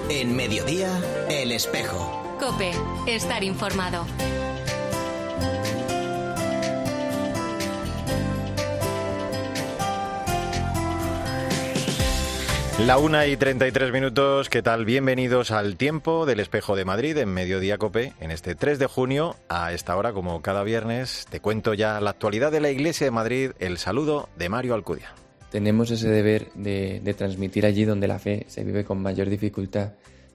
En Mediodía, El Espejo. COPE, estar informado. La 1:33, ¿qué tal? Bienvenidos al Tiempo del Espejo de Madrid en Mediodía COPE, en este 3 de junio, a esta hora, como cada viernes, te cuento ya la actualidad de la Iglesia de Madrid, el saludo de Mario Alcudia. Tenemos ese deber de transmitir allí donde la fe se vive con mayor dificultad,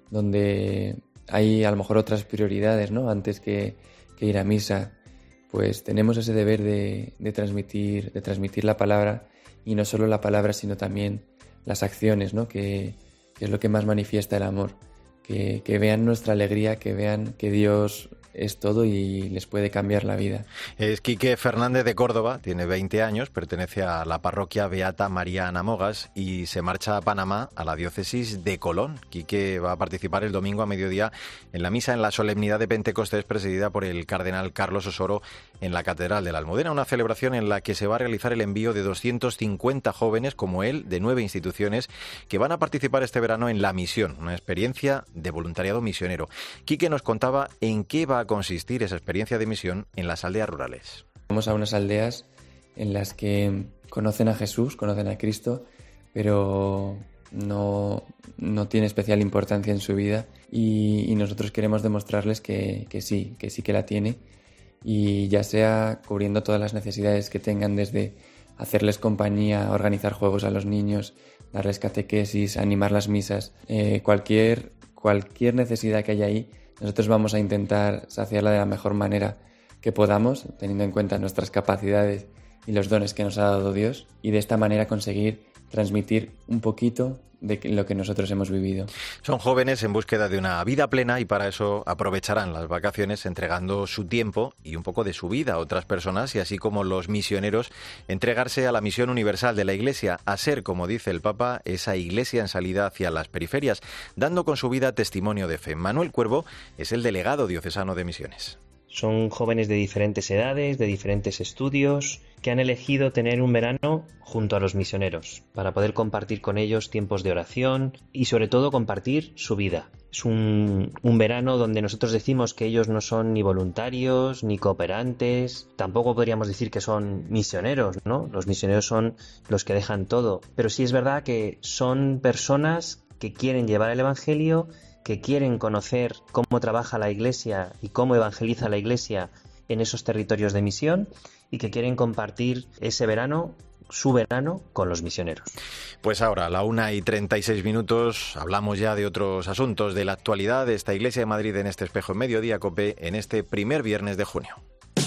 donde hay a lo mejor otras prioridades, ¿no? Antes que ir a misa, pues tenemos ese deber de transmitir la palabra, y no solo la palabra, sino también las acciones, ¿no? Que es lo que más manifiesta el amor. Que vean nuestra alegría, que vean que Dios es todo y les puede cambiar la vida. Es Quique Fernández de Córdoba, tiene 20 años, pertenece a la parroquia Beata María Anamogas y se marcha a Panamá, a la diócesis de Colón. Quique va a participar el domingo a mediodía en la misa en la solemnidad de Pentecostés presidida por el cardenal Carlos Osoro en la Catedral de la Almudena, una celebración en la que se va a realizar el envío de 250 jóvenes como él, de 9 instituciones, que van a participar este verano en La Misión, una experiencia de voluntariado misionero. Quique nos contaba en qué va a consistir esa experiencia de misión en las aldeas rurales. Vamos a unas aldeas en las que conocen a Jesús, conocen a Cristo, pero no tiene especial importancia en su vida, y nosotros queremos demostrarles que sí que la tiene, y ya sea cubriendo todas las necesidades que tengan, desde hacerles compañía, organizar juegos a los niños, darles catequesis, animar las misas, cualquier necesidad que haya ahí, nosotros vamos a intentar saciarla de la mejor manera que podamos, teniendo en cuenta nuestras capacidades y los dones que nos ha dado Dios, y de esta manera conseguir transmitir un poquito de lo que nosotros hemos vivido. Son jóvenes en búsqueda de una vida plena y para eso aprovecharán las vacaciones entregando su tiempo y un poco de su vida a otras personas, y así como los misioneros, entregarse a la misión universal de la Iglesia, a ser, como dice el Papa, esa Iglesia en salida hacia las periferias, dando con su vida testimonio de fe. Manuel Cuervo es el delegado diocesano de misiones. Son jóvenes de diferentes edades, de diferentes estudios, que han elegido tener un verano junto a los misioneros, para poder compartir con ellos tiempos de oración y sobre todo compartir su vida. Es un verano donde nosotros decimos que ellos no son ni voluntarios, ni cooperantes, tampoco podríamos decir que son misioneros, ¿no? Los misioneros son los que dejan todo, pero sí es verdad que son personas que quieren llevar el Evangelio, que quieren conocer cómo trabaja la Iglesia y cómo evangeliza la Iglesia en esos territorios de misión, y que quieren compartir ese verano, su verano, con los misioneros. Pues ahora, a la 1:36, hablamos ya de otros asuntos de la actualidad de esta Iglesia de Madrid en este Espejo en Mediodía COPE en este primer viernes de junio.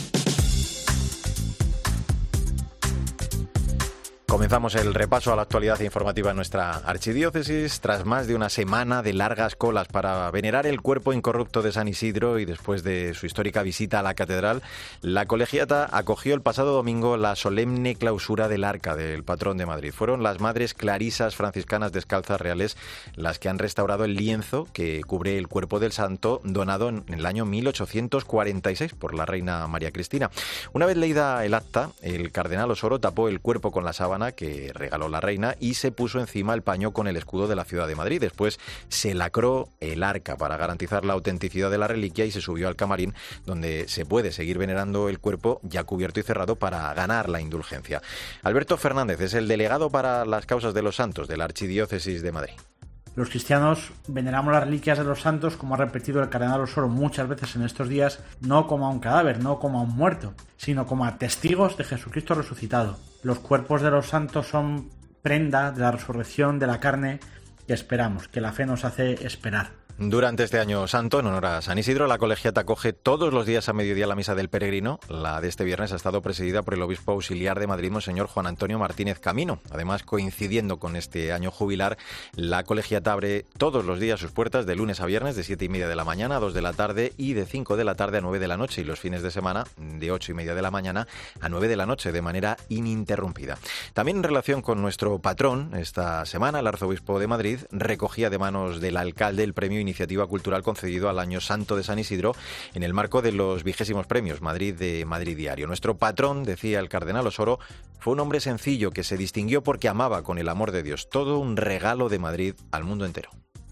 Comenzamos el repaso a la actualidad informativa en nuestra archidiócesis. Tras más de una semana de largas colas para venerar el cuerpo incorrupto de San Isidro y después de su histórica visita a la catedral, la colegiata acogió el pasado domingo la solemne clausura del Arca del Patrón de Madrid. Fueron las Madres Clarisas Franciscanas Descalzas Reales las que han restaurado el lienzo que cubre el cuerpo del santo, donado en el año 1846 por la reina María Cristina. Una vez leída el acta, el cardenal Osoro tapó el cuerpo con la sábana que regaló la reina y se puso encima el paño con el escudo de la ciudad de Madrid. Después se lacró el arca para garantizar la autenticidad de la reliquia y se subió al camarín, donde se puede seguir venerando el cuerpo ya cubierto y cerrado para ganar la indulgencia. Alberto Fernández es el delegado para las causas de los santos de la Archidiócesis de Madrid. Los cristianos veneramos las reliquias de los santos, como ha repetido el cardenal Osoro muchas veces en estos días, no como a un cadáver, no como a un muerto, sino como a testigos de Jesucristo resucitado. Los cuerpos de los santos son prenda de la resurrección de la carne que esperamos, que la fe nos hace esperar. Durante este año santo, en honor a San Isidro, la colegiata acoge todos los días a mediodía la misa del peregrino. La de este viernes ha estado presidida por el obispo auxiliar de Madrid, monseñor Juan Antonio Martínez Camino. Además, coincidiendo con este año jubilar, la colegiata abre todos los días sus puertas de lunes a viernes de 7:30 de la mañana a 2 de la tarde y de 5 de la tarde a 9 de la noche, y los fines de semana de 8:30 de la mañana a 9 de la noche de manera ininterrumpida. También en relación con nuestro patrón, esta semana el arzobispo de Madrid recogía de manos del alcalde el premio Iniciativa Cultural concedido al Año Santo de San Isidro en el marco de los 20º premios Madrid de Madrid Diario. Nuestro patrón, decía el cardenal Osoro, fue un hombre sencillo que se distinguió porque amaba con el amor de Dios, todo un regalo de Madrid al mundo entero.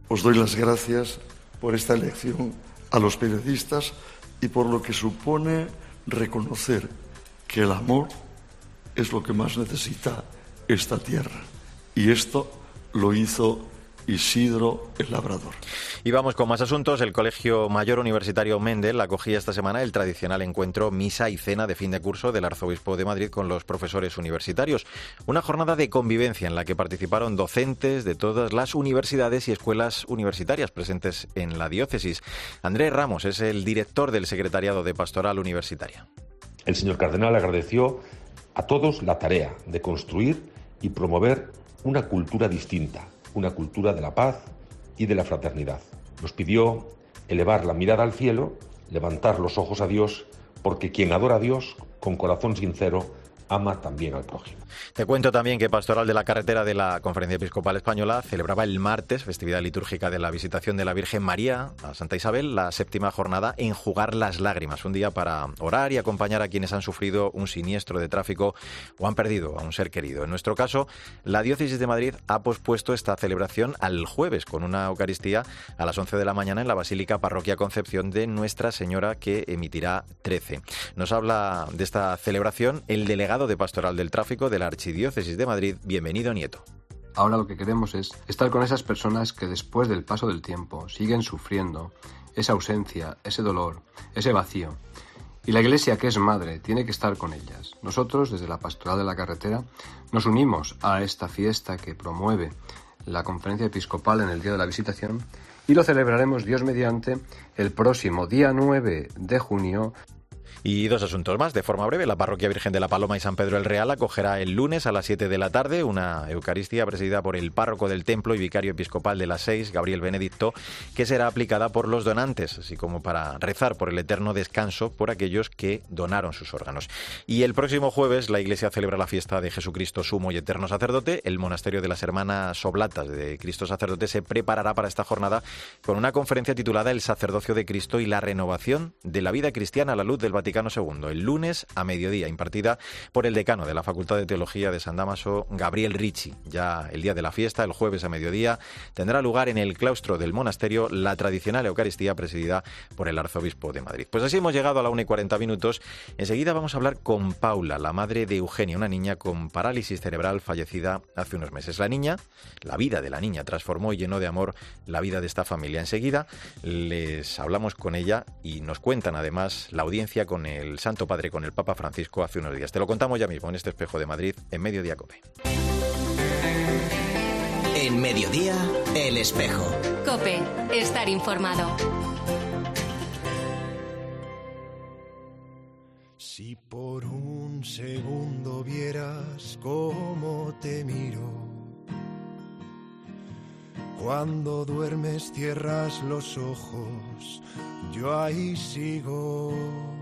Os doy las gracias por esta elección a los periodistas y por lo que supone reconocer que el amor es lo que más necesita esta tierra. Y esto lo hizo Isidro el Labrador. Y vamos con más asuntos. El Colegio Mayor Universitario Mendel acogía esta semana el tradicional encuentro Misa y Cena de fin de curso del Arzobispo de Madrid con los profesores universitarios. Una jornada de convivencia en la que participaron docentes de todas las universidades y escuelas universitarias presentes en la diócesis. Andrés Ramos es el director del Secretariado de Pastoral Universitaria. El señor cardenal agradeció a todos la tarea de construir y promover una cultura distinta, una cultura de la paz y de la fraternidad. Nos pidió elevar la mirada al cielo, levantar los ojos a Dios, porque quien adora a Dios con corazón sincero ama también al prójimo. Te cuento también que Pastoral de la Carretera de la Conferencia Episcopal Española celebraba el martes, festividad litúrgica de la Visitación de la Virgen María a Santa Isabel, la 7ª jornada Enjugar las Lágrimas, un día para orar y acompañar a quienes han sufrido un siniestro de tráfico o han perdido a un ser querido. En nuestro caso, la Diócesis de Madrid ha pospuesto esta celebración al jueves con una Eucaristía a las 11 de la mañana en la Basílica Parroquia Concepción de Nuestra Señora, que emitirá 13. Nos habla de esta celebración el delegado de Pastoral del Tráfico de la Archidiócesis de Madrid. Bienvenido, Nieto. Ahora lo que queremos es estar con esas personas que después del paso del tiempo siguen sufriendo esa ausencia, ese dolor, ese vacío. Y la Iglesia, que es madre, tiene que estar con ellas. Nosotros, desde la Pastoral de la Carretera, nos unimos a esta fiesta que promueve la Conferencia Episcopal en el Día de la Visitación y lo celebraremos, Dios mediante, el próximo día 9 de junio. Y dos asuntos más. De forma breve, la Parroquia Virgen de la Paloma y San Pedro el Real acogerá el lunes a las 7 de la tarde una Eucaristía presidida por el párroco del templo y vicario episcopal de las 6, Gabriel Benedicto, que será aplicada por los donantes, así como para rezar por el eterno descanso por aquellos que donaron sus órganos. Y el próximo jueves la Iglesia celebra la fiesta de Jesucristo Sumo y Eterno Sacerdote. El monasterio de las Hermanas Oblatas de Cristo Sacerdote se preparará para esta jornada con una conferencia titulada El sacerdocio de Cristo y la renovación de la vida cristiana a la luz del Vaticano II, el lunes a mediodía, impartida por el decano de la Facultad de Teología de San Dámaso, Gabriel Ricci. Ya el día de la fiesta, el jueves a mediodía, tendrá lugar en el claustro del monasterio la tradicional Eucaristía presidida por el Arzobispo de Madrid. Pues así hemos llegado a la 1:40. Enseguida vamos a hablar con Paula, la madre de Eugenia, una niña con parálisis cerebral fallecida hace unos meses. La vida de la niña transformó y llenó de amor la vida de esta familia. Enseguida les hablamos con ella y nos cuentan además la audiencia con el Santo Padre, con el Papa Francisco hace unos días. Te lo contamos ya mismo en este Espejo de Madrid, en Mediodía COPE. En Mediodía, El Espejo. COPE, estar informado. Si por un segundo vieras cómo te miro, cuando duermes cierras los ojos, yo ahí sigo.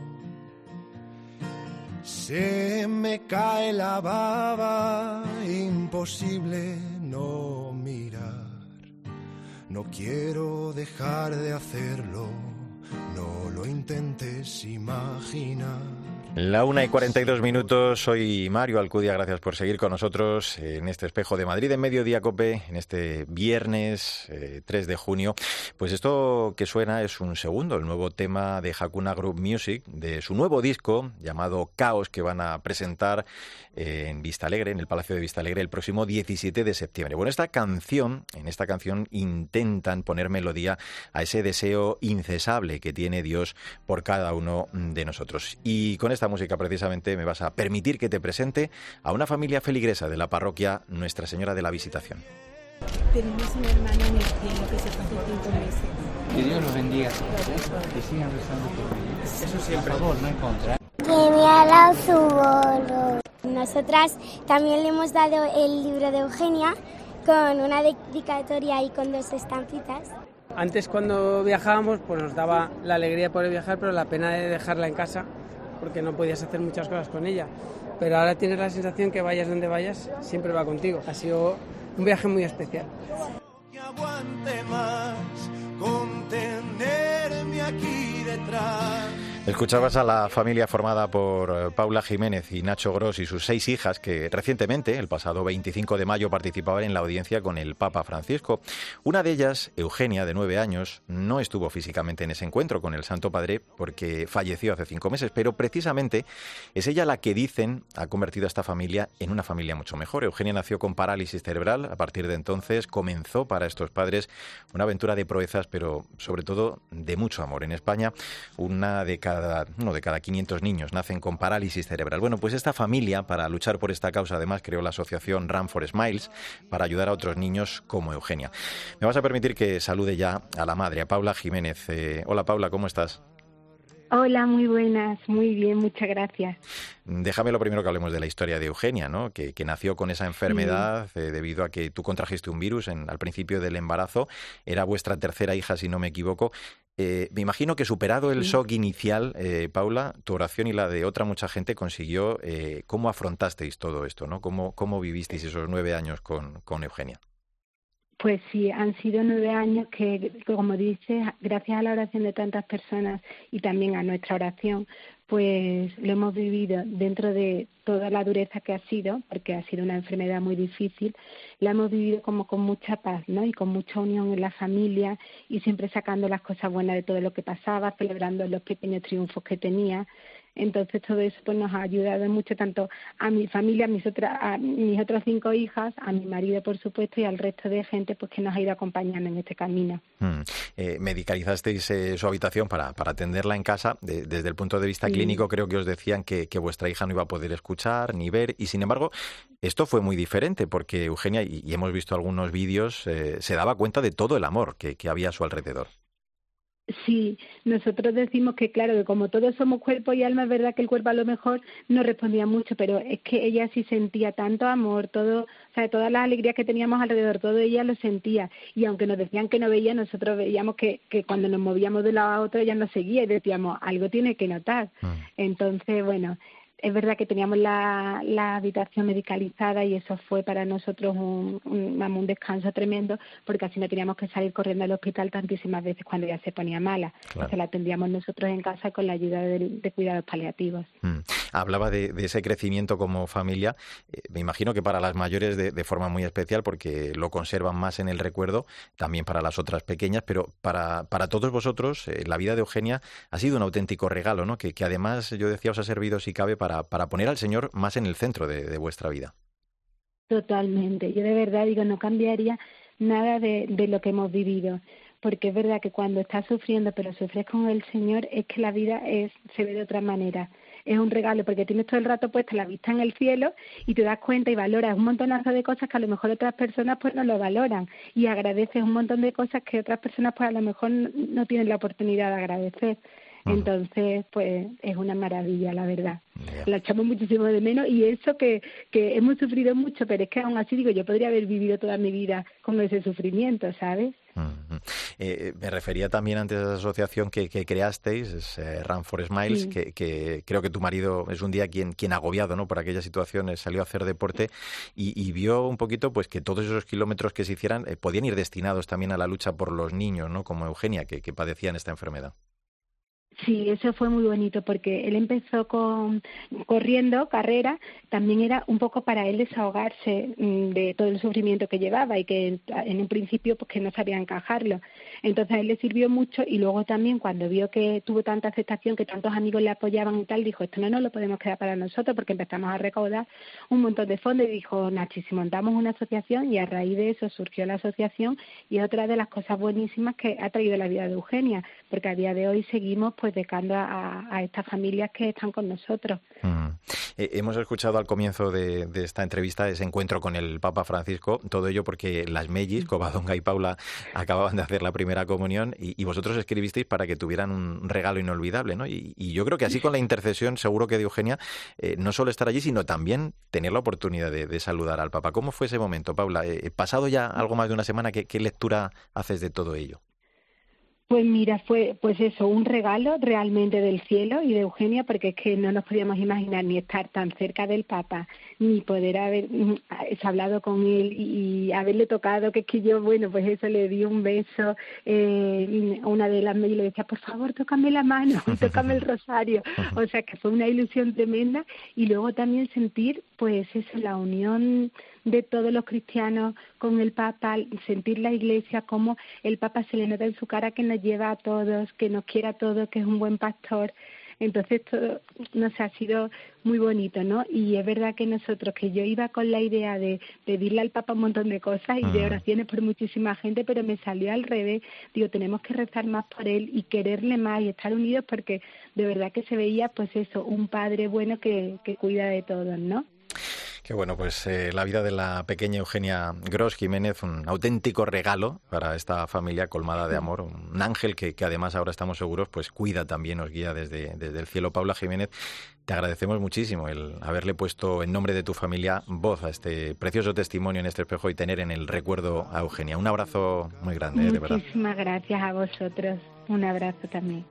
Se me cae la baba, imposible no mirar. No quiero dejar de hacerlo, no lo intentes imaginar. La 1:42. Soy Mario Alcudia, gracias por seguir con nosotros en este Espejo de Madrid, en Mediodía COPE, en este viernes 3 de junio. Pues esto que suena es un segundo, el nuevo tema de Hakuna Group Music, de su nuevo disco llamado Caos, que van a presentar en Vistalegre, en el Palacio de Vistalegre, el próximo 17 de septiembre. Bueno, en esta canción intentan poner melodía a ese deseo incesable que tiene Dios por cada uno de nosotros. Y con esta música precisamente me vas a permitir que te presente a una familia feligresa de la parroquia Nuestra Señora de la Visitación. Tenemos un hermano en el cielo que se pasó 5 meses. Que Dios los bendiga, que sigan rezando por ellos. Eso siempre. Por favor, no en contra. Que me ha dado su bolo. Nosotras también le hemos dado el libro de Eugenia con una dedicatoria y con 2 estampitas. Antes, cuando viajábamos, pues nos daba la alegría de poder viajar, pero la pena de dejarla en casa, porque no podías hacer muchas cosas con ella. Pero ahora tienes la sensación que vayas donde vayas, siempre va contigo. Ha sido un viaje muy especial. Que aguante más con tenerme aquí detrás. Escuchabas a la familia formada por Paula Jiménez y Nacho Gros y sus 6 hijas que recientemente, el pasado 25 de mayo, participaban en la audiencia con el Papa Francisco. Una de ellas, Eugenia, de 9 años, no estuvo físicamente en ese encuentro con el Santo Padre porque falleció hace 5 meses, pero precisamente es ella la que dicen ha convertido a esta familia en una familia mucho mejor. Eugenia nació con parálisis cerebral. A partir de entonces comenzó para estos padres una aventura de proezas, pero sobre todo de mucho amor. En España, uno de cada 500 niños nacen con parálisis cerebral. Bueno, pues esta familia, para luchar por esta causa, además creó la asociación Run for Smiles para ayudar a otros niños como Eugenia. Me vas a permitir que salude ya a la madre, a Paula Jiménez. Hola Paula, ¿cómo estás? Hola, muy buenas, muy bien, muchas gracias. Déjame lo primero que hablemos de la historia de Eugenia, ¿no? Que nació con esa enfermedad debido a que tú contrajiste un virus al principio del embarazo. Era vuestra tercera hija, si no me equivoco. Me imagino que superado el shock inicial, Paula, tu oración y la de otra mucha gente consiguió. ¿Cómo afrontasteis todo esto, ¿no? ¿Cómo vivisteis esos 9 años con Eugenia? Pues sí, han sido 9 años que, como dices, gracias a la oración de tantas personas y también a nuestra oración, pues lo hemos vivido dentro de toda la dureza que ha sido, porque ha sido una enfermedad muy difícil, la hemos vivido como con mucha paz, ¿no? Y con mucha unión en la familia y siempre sacando las cosas buenas de todo lo que pasaba, celebrando los pequeños triunfos que tenía. Entonces todo eso pues nos ha ayudado mucho tanto a mi familia, a mis otras 5 hijas, a mi marido por supuesto y al resto de gente pues que nos ha ido acompañando en este camino. Medicalizasteis su habitación para atenderla en casa. Desde el punto de vista clínico creo que os decían que vuestra hija no iba a poder escuchar ni ver y sin embargo esto fue muy diferente porque Eugenia, y hemos visto algunos vídeos, se daba cuenta de todo el amor que había a su alrededor. Sí, nosotros decimos que claro, que como todos somos cuerpo y alma, es verdad que el cuerpo a lo mejor no respondía mucho, pero es que ella sí sentía tanto amor, todo, o sea, todas las alegrías que teníamos alrededor, todo ella lo sentía. Y aunque nos decían que no veía, nosotros veíamos que cuando nos movíamos de un lado a otro ella nos seguía y decíamos, algo tiene que notar. Entonces, bueno, es verdad que teníamos la habitación medicalizada y eso fue para nosotros un descanso tremendo porque así no teníamos que salir corriendo al hospital tantísimas veces cuando ella se ponía mala. Claro. Se la atendíamos nosotros en casa con la ayuda de cuidados paliativos. Hablaba de ese crecimiento como familia. Me imagino que para las mayores de forma muy especial porque lo conservan más en el recuerdo, también para las otras pequeñas, pero para todos vosotros la vida de Eugenia ha sido un auténtico regalo, ¿no? Que además, yo decía, os ha servido si cabe para poner al Señor más en el centro de vuestra vida. Totalmente. Yo de verdad digo, no cambiaría nada de lo que hemos vivido, porque es verdad que cuando estás sufriendo, pero sufres con el Señor, es que la vida se ve de otra manera. Es un regalo porque tienes todo el rato puesta la vista en el cielo y te das cuenta y valoras un montonazo de cosas que a lo mejor otras personas pues no lo valoran y agradeces un montón de cosas que otras personas pues a lo mejor no tienen la oportunidad de agradecer. Entonces, pues es una maravilla, la verdad. La echamos muchísimo de menos y eso que hemos sufrido mucho, pero es que aún así digo, yo podría haber vivido toda mi vida con ese sufrimiento, ¿sabes? Me refería también antes a esa asociación que creasteis, es Run for Smiles, que creo que tu marido es un día quien agobiado, ¿no? Por aquella situación salió a hacer deporte y vio un poquito pues que todos esos kilómetros que se hicieran podían ir destinados también a la lucha por los niños, ¿no? Como Eugenia, que padecían esta enfermedad. Sí, eso fue muy bonito porque él empezó corriendo, carrera, también era un poco para él desahogarse de todo el sufrimiento que llevaba y que en un principio pues que no sabía encajarlo. Entonces a él le sirvió mucho y luego también cuando vio que tuvo tanta aceptación, que tantos amigos le apoyaban y tal, dijo, esto no nos lo podemos quedar para nosotros porque empezamos a recaudar un montón de fondos y dijo, Nachi, si montamos una asociación y a raíz de eso surgió la asociación y es otra de las cosas buenísimas que ha traído la vida de Eugenia, porque a día de hoy seguimos pues becando a estas familias que están con nosotros. Hemos escuchado al comienzo de esta entrevista ese encuentro con el Papa Francisco, todo ello porque las mellis, Covadonga y Paula, acababan de hacer la primera comunión y vosotros escribisteis para que tuvieran un regalo inolvidable, ¿no? Y yo creo que así con la intercesión seguro que de Eugenia, no solo estar allí, sino también tener la oportunidad de saludar al Papa. ¿Cómo fue ese momento, Paula? Pasado ya algo más de una semana, ¿qué lectura haces de todo ello? Pues mira, fue pues eso, un regalo realmente del cielo y de Eugenia, porque es que no nos podíamos imaginar ni estar tan cerca del Papa, ni poder haber hablado con él y haberle tocado, que es que yo, bueno, pues eso, le di un beso, una de las y le decía, por favor, tócame la mano, tócame el rosario, o sea que fue una ilusión tremenda, y luego también sentir, pues eso, la unión de todos los cristianos con el Papa, sentir la Iglesia, cómo el Papa se le nota en su cara que nos lleva a todos, que nos quiere a todos, que es un buen pastor. Entonces todo, no sé, ha sido muy bonito, ¿no? Y es verdad que nosotros, que yo iba con la idea de pedirle al Papa un montón de cosas y de oraciones por muchísima gente, pero me salió al revés. Digo, tenemos que rezar más por él y quererle más y estar unidos, porque de verdad que se veía, pues eso, un padre bueno que cuida de todos, ¿no? Qué bueno, pues la vida de la pequeña Eugenia Gros Jiménez, un auténtico regalo para esta familia colmada de amor, un ángel que además ahora estamos seguros, pues cuida también, nos guía desde el cielo. Paula Jiménez, te agradecemos muchísimo el haberle puesto en nombre de tu familia voz a este precioso testimonio en este espejo y tener en el recuerdo a Eugenia. Un abrazo muy grande, de verdad. Muchísimas gracias a vosotros. Un abrazo también.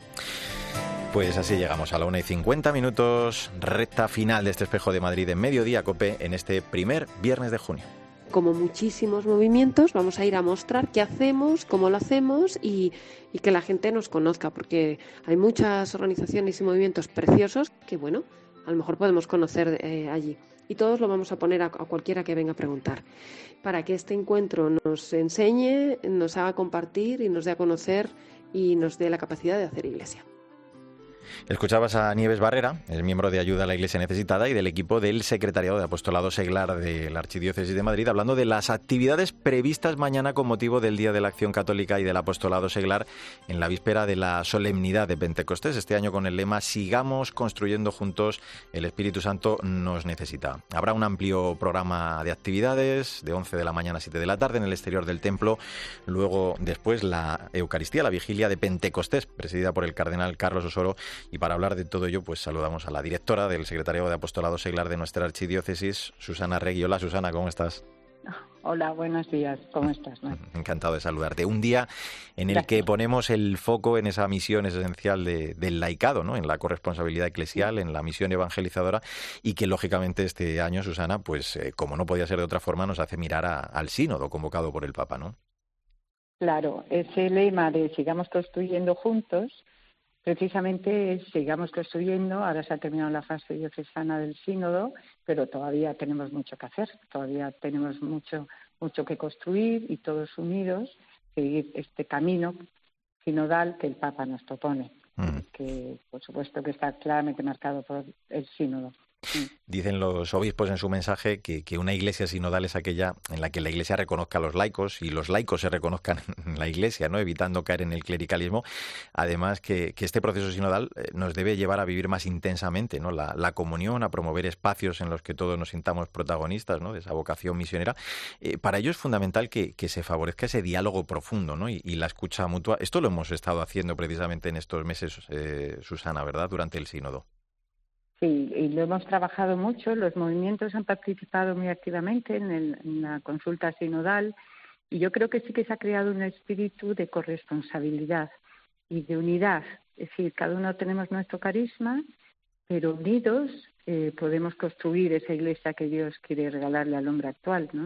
Pues así llegamos a la 1:50, recta final de este espejo de Madrid en Mediodía Cope en este primer viernes de junio. Como muchísimos movimientos, vamos a ir a mostrar qué hacemos, cómo lo hacemos y que la gente nos conozca, porque hay muchas organizaciones y movimientos preciosos que, bueno, a lo mejor podemos conocer allí. Y todos lo vamos a poner a cualquiera que venga a preguntar, para que este encuentro nos enseñe, nos haga compartir y nos dé a conocer y nos dé la capacidad de hacer iglesia. Escuchabas a Nieves Barrera, es miembro de Ayuda a la Iglesia Necesitada y del equipo del Secretariado de Apostolado Seglar de la Archidiócesis de Madrid, hablando de las actividades previstas mañana con motivo del Día de la Acción Católica y del Apostolado Seglar en la víspera de la solemnidad de Pentecostés, este año con el lema Sigamos construyendo juntos, el Espíritu Santo nos necesita. Habrá un amplio programa de actividades de 11 de la mañana a 7 de la tarde en el exterior del templo, luego después la Eucaristía, la vigilia de Pentecostés, presidida por el cardenal Carlos Osoro. Y para hablar de todo ello, pues saludamos a la directora del Secretariado de Apostolado Seglar de nuestra archidiócesis, Susana Regui. Hola, Susana, ¿cómo estás? Hola, buenos días. ¿Cómo estás, Mar? Encantado de saludarte. Un día en el que ponemos el foco en esa misión esencial del laicado, ¿no? En la corresponsabilidad eclesial, en la misión evangelizadora, y que lógicamente este año, Susana, pues como no podía ser de otra forma, nos hace mirar al sínodo convocado por el Papa, ¿no? Claro, ese lema de sigamos construyendo juntos, precisamente sigamos construyendo. Ahora se ha terminado la fase diocesana del sínodo, pero todavía tenemos mucho que hacer, todavía tenemos mucho que construir y todos unidos seguir este camino sinodal que el Papa nos propone, que por supuesto que está claramente marcado por el sínodo. Dicen los obispos en su mensaje que una iglesia sinodal es aquella en la que la iglesia reconozca a los laicos y los laicos se reconozcan en la iglesia, ¿no? Evitando caer en el clericalismo. Además, que este proceso sinodal nos debe llevar a vivir más intensamente, ¿no? La comunión, a promover espacios en los que todos nos sintamos protagonistas, ¿no? De esa vocación misionera. Para ello es fundamental que se favorezca ese diálogo profundo, ¿no? Y la escucha mutua. Esto lo hemos estado haciendo precisamente en estos meses, Susana, ¿verdad? Durante el sínodo. Sí, y lo hemos trabajado mucho. Los movimientos han participado muy activamente en la consulta sinodal, y yo creo que sí que se ha creado un espíritu de corresponsabilidad y de unidad. Es decir, cada uno tenemos nuestro carisma, pero unidos podemos construir esa iglesia que Dios quiere regalarle al hombre actual, ¿no?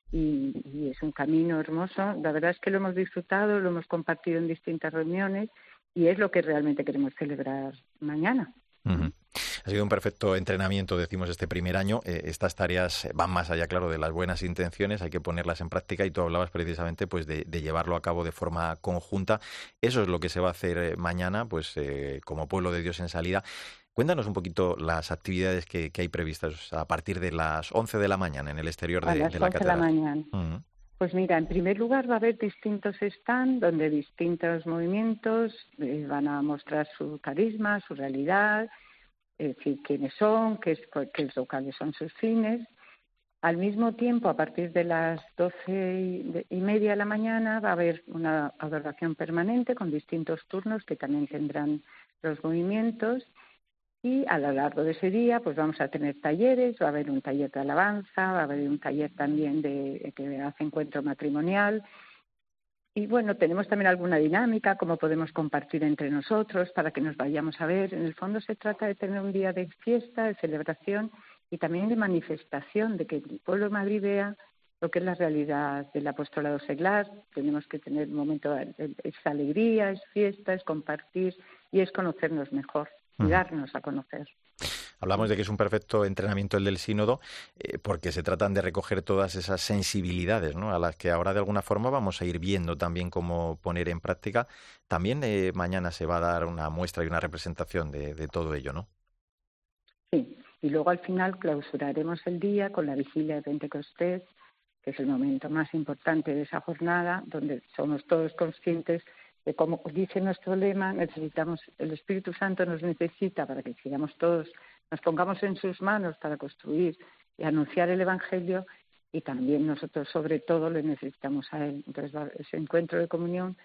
Y es un camino hermoso. La verdad es que lo hemos disfrutado, lo hemos compartido en distintas reuniones, y es lo que realmente queremos celebrar mañana. Uh-huh. Ha sido un perfecto entrenamiento, decimos, este primer año. Estas tareas van más allá, claro, de las buenas intenciones, hay que ponerlas en práctica, y tú hablabas precisamente pues de llevarlo a cabo de forma conjunta. Eso es lo que se va a hacer mañana, pues como pueblo de Dios en salida. Cuéntanos un poquito las actividades que hay previstas a partir de las 11 de la mañana en el exterior de la catedral. A las 11 de la mañana. Uh-huh. Pues mira, en primer lugar va a haber distintos stands donde distintos movimientos van a mostrar su carisma, su realidad, es decir, quiénes son, qué locales son sus fines. Al mismo tiempo, a partir de las 12:30 de la mañana va a haber una adoración permanente con distintos turnos que también tendrán los movimientos. Y a lo largo de ese día pues vamos a tener talleres, va a haber un taller de alabanza, va a haber un taller también que hace encuentro matrimonial, Y bueno, tenemos también alguna dinámica, cómo podemos compartir entre nosotros para que nos vayamos a ver. En el fondo se trata de tener un día de fiesta, de celebración y también de manifestación, de que el pueblo de Madrid vea lo que es la realidad del apostolado seglar. Tenemos que tener un momento, es alegría, es fiesta, es compartir y es conocernos mejor y darnos a conocer. Hablamos de que es un perfecto entrenamiento el del sínodo, porque se tratan de recoger todas esas sensibilidades, ¿no?, a las que ahora de alguna forma vamos a ir viendo también cómo poner en práctica. También mañana se va a dar una muestra y una representación de todo ello, ¿no? Sí, y luego al final clausuraremos el día con la vigilia de Pentecostés, que es el momento más importante de esa jornada, donde somos todos conscientes de cómo dice nuestro lema, necesitamos, el Espíritu Santo nos necesita para que sigamos todos, nos pongamos en sus manos para construir y anunciar el Evangelio, y también nosotros sobre todo le necesitamos a Él. Entonces ese encuentro de comunión,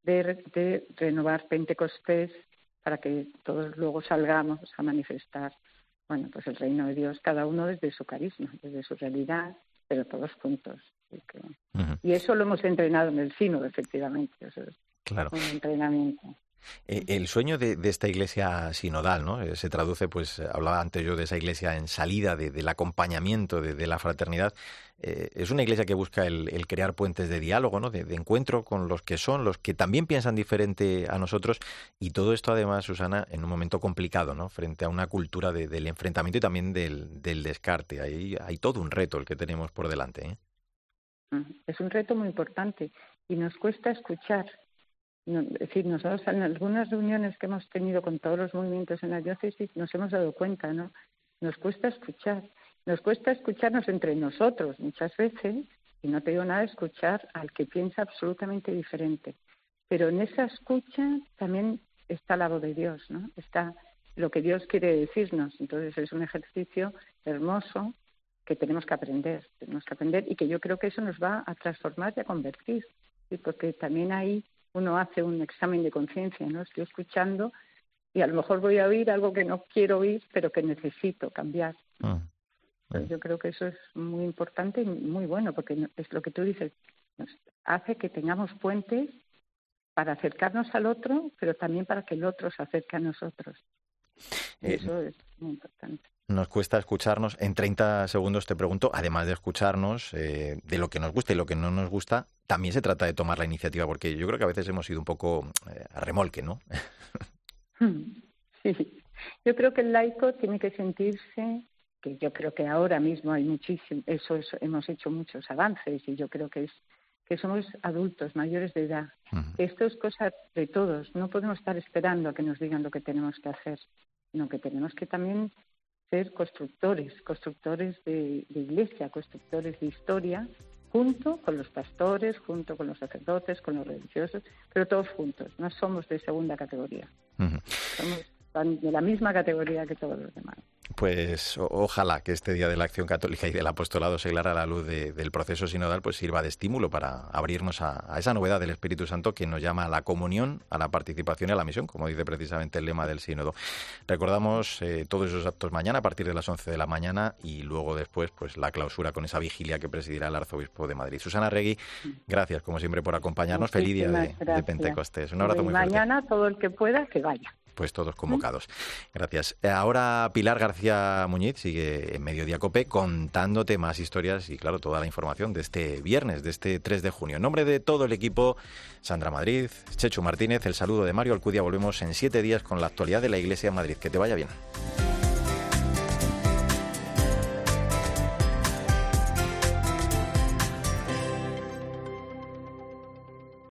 de renovar Pentecostés, para que todos luego salgamos a manifestar, bueno, pues el reino de Dios, cada uno desde su carisma, desde su realidad, pero todos juntos. Y eso lo hemos entrenado en el sínodo, efectivamente. Eso es claro. Un entrenamiento. El sueño de esta iglesia sinodal, ¿no? Se traduce, pues hablaba antes yo de esa iglesia en salida, del acompañamiento, de la fraternidad. Es una iglesia que busca el crear puentes de diálogo, ¿no?, de encuentro con los que también piensan diferente a nosotros, y todo esto además, Susana, en un momento complicado, ¿no?, frente a una cultura del enfrentamiento y también del descarte. Ahí hay todo un reto el que tenemos por delante, ¿eh? Es un reto muy importante y nos cuesta escuchar. Es decir, nosotros en algunas reuniones que hemos tenido con todos los movimientos en la diócesis nos hemos dado cuenta, ¿no? Nos cuesta escuchar. Nos cuesta escucharnos entre nosotros muchas veces, y no te digo nada de escuchar al que piensa absolutamente diferente. Pero en esa escucha también está la voz de Dios, ¿no? Está lo que Dios quiere decirnos. Entonces es un ejercicio hermoso que tenemos que aprender y que yo creo que eso nos va a transformar y a convertir. ¿Sí? Porque también ahí uno hace un examen de conciencia, ¿no? Estoy escuchando y a lo mejor voy a oír algo que no quiero oír, pero que necesito cambiar. Entonces yo creo que eso es muy importante y muy bueno, porque es lo que tú dices, nos hace que tengamos puentes para acercarnos al otro, pero también para que el otro se acerque a nosotros. Eso es muy importante. Nos cuesta escucharnos. En 30 segundos te pregunto, además de escucharnos, de lo que nos gusta y lo que no nos gusta, también se trata de tomar la iniciativa, porque yo creo que a veces hemos ido un poco a remolque, ¿no? Sí, yo creo que el laico tiene que sentirse, que yo creo que ahora mismo hay muchísimo, hemos hecho muchos avances, y yo creo que somos adultos, mayores de edad. Esto es cosa de todos, no podemos estar esperando a que nos digan lo que tenemos que hacer, sino que tenemos que también ser constructores de iglesia, constructores de historia, junto con los pastores, junto con los sacerdotes, con los religiosos, pero todos juntos, no somos de segunda categoría. Somos de la misma categoría que todos los demás. Pues ojalá que este Día de la Acción Católica y del Apostolado Seglar, a la luz del proceso sinodal, pues sirva de estímulo para abrirnos a esa novedad del Espíritu Santo que nos llama a la comunión, a la participación y a la misión, como dice precisamente el lema del sínodo. Recordamos todos esos actos mañana a partir de las 11 de la mañana, y luego después pues la clausura con esa vigilia que presidirá el Arzobispo de Madrid. Susana Arregui, gracias como siempre por acompañarnos. Feliz día de Pentecostés. Un abrazo muy fuerte. Mañana todo el que pueda que vaya. Pues todos convocados. Gracias. Ahora Pilar García Muñiz sigue en Mediodía COPE contándote más historias y, claro, toda la información de este viernes, de este 3 de junio. En nombre de todo el equipo, Sandra Madrid, Chechu Martínez, el saludo de Mario Alcudia. Volvemos en 7 días con la actualidad de la Iglesia en Madrid. Que te vaya bien.